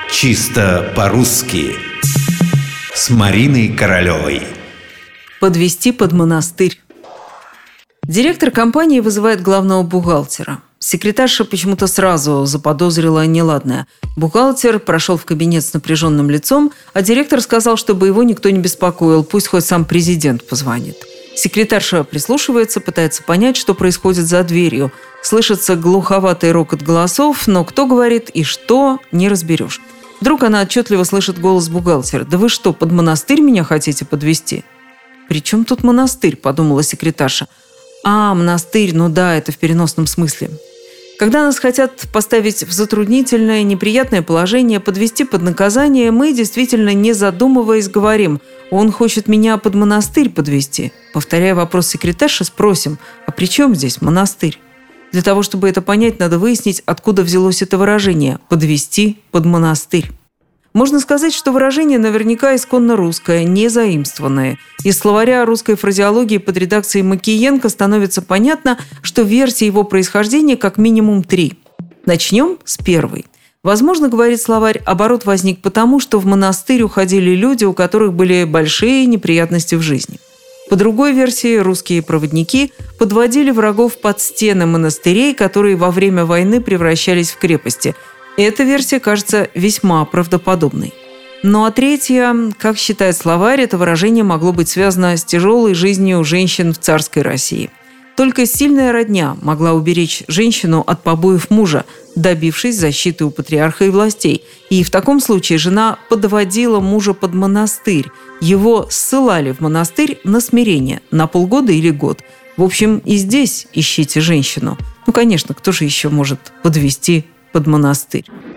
Чисто по-русски с Мариной Королевой. Подвести под монастырь. Директор компании вызывает главного бухгалтера. Секретарша почему-то сразу заподозрила неладное. Бухгалтер прошел в кабинет с напряженным лицом, а директор сказал, чтобы его никто не беспокоил, пусть хоть сам президент позвонит. Секретарша прислушивается, пытается понять, что происходит за дверью. Слышится глуховатый рокот голосов, но кто говорит и что, не разберешь. Вдруг она отчетливо слышит голос бухгалтера. «Да вы что, под монастырь меня хотите подвести?» «При чем тут монастырь?» – подумала секретарша. «А, монастырь, ну да, это в переносном смысле». Когда нас хотят поставить в затруднительное, неприятное положение, подвести под наказание, мы действительно, не задумываясь, говорим: «Он хочет меня под монастырь подвести». Повторяя вопрос секретарши, спросим: «А при чем здесь монастырь?» Для того, чтобы это понять, надо выяснить, откуда взялось это выражение «подвести под монастырь». Можно сказать, что выражение наверняка исконно русское, не заимствованное. Из словаря русской фразеологии под редакцией Макиенко становится понятно, что версий его происхождения как минимум 3. Начнем с первой. Возможно, говорит словарь, оборот возник потому, что в монастырь уходили люди, у которых были большие неприятности в жизни. По другой версии, русские проводники подводили врагов под стены монастырей, которые во время войны превращались в крепости. Эта версия кажется весьма правдоподобной. Ну а третья, как считает словарь, это выражение могло быть связано с тяжелой жизнью женщин в царской России. Только сильная родня могла уберечь женщину от побоев мужа, добившись защиты у патриарха и властей. И в таком случае жена подводила мужа под монастырь. Его ссылали в монастырь на смирение на полгода или год. В общем, и здесь ищите женщину. Ну, конечно, кто же еще может подвести под монастырь?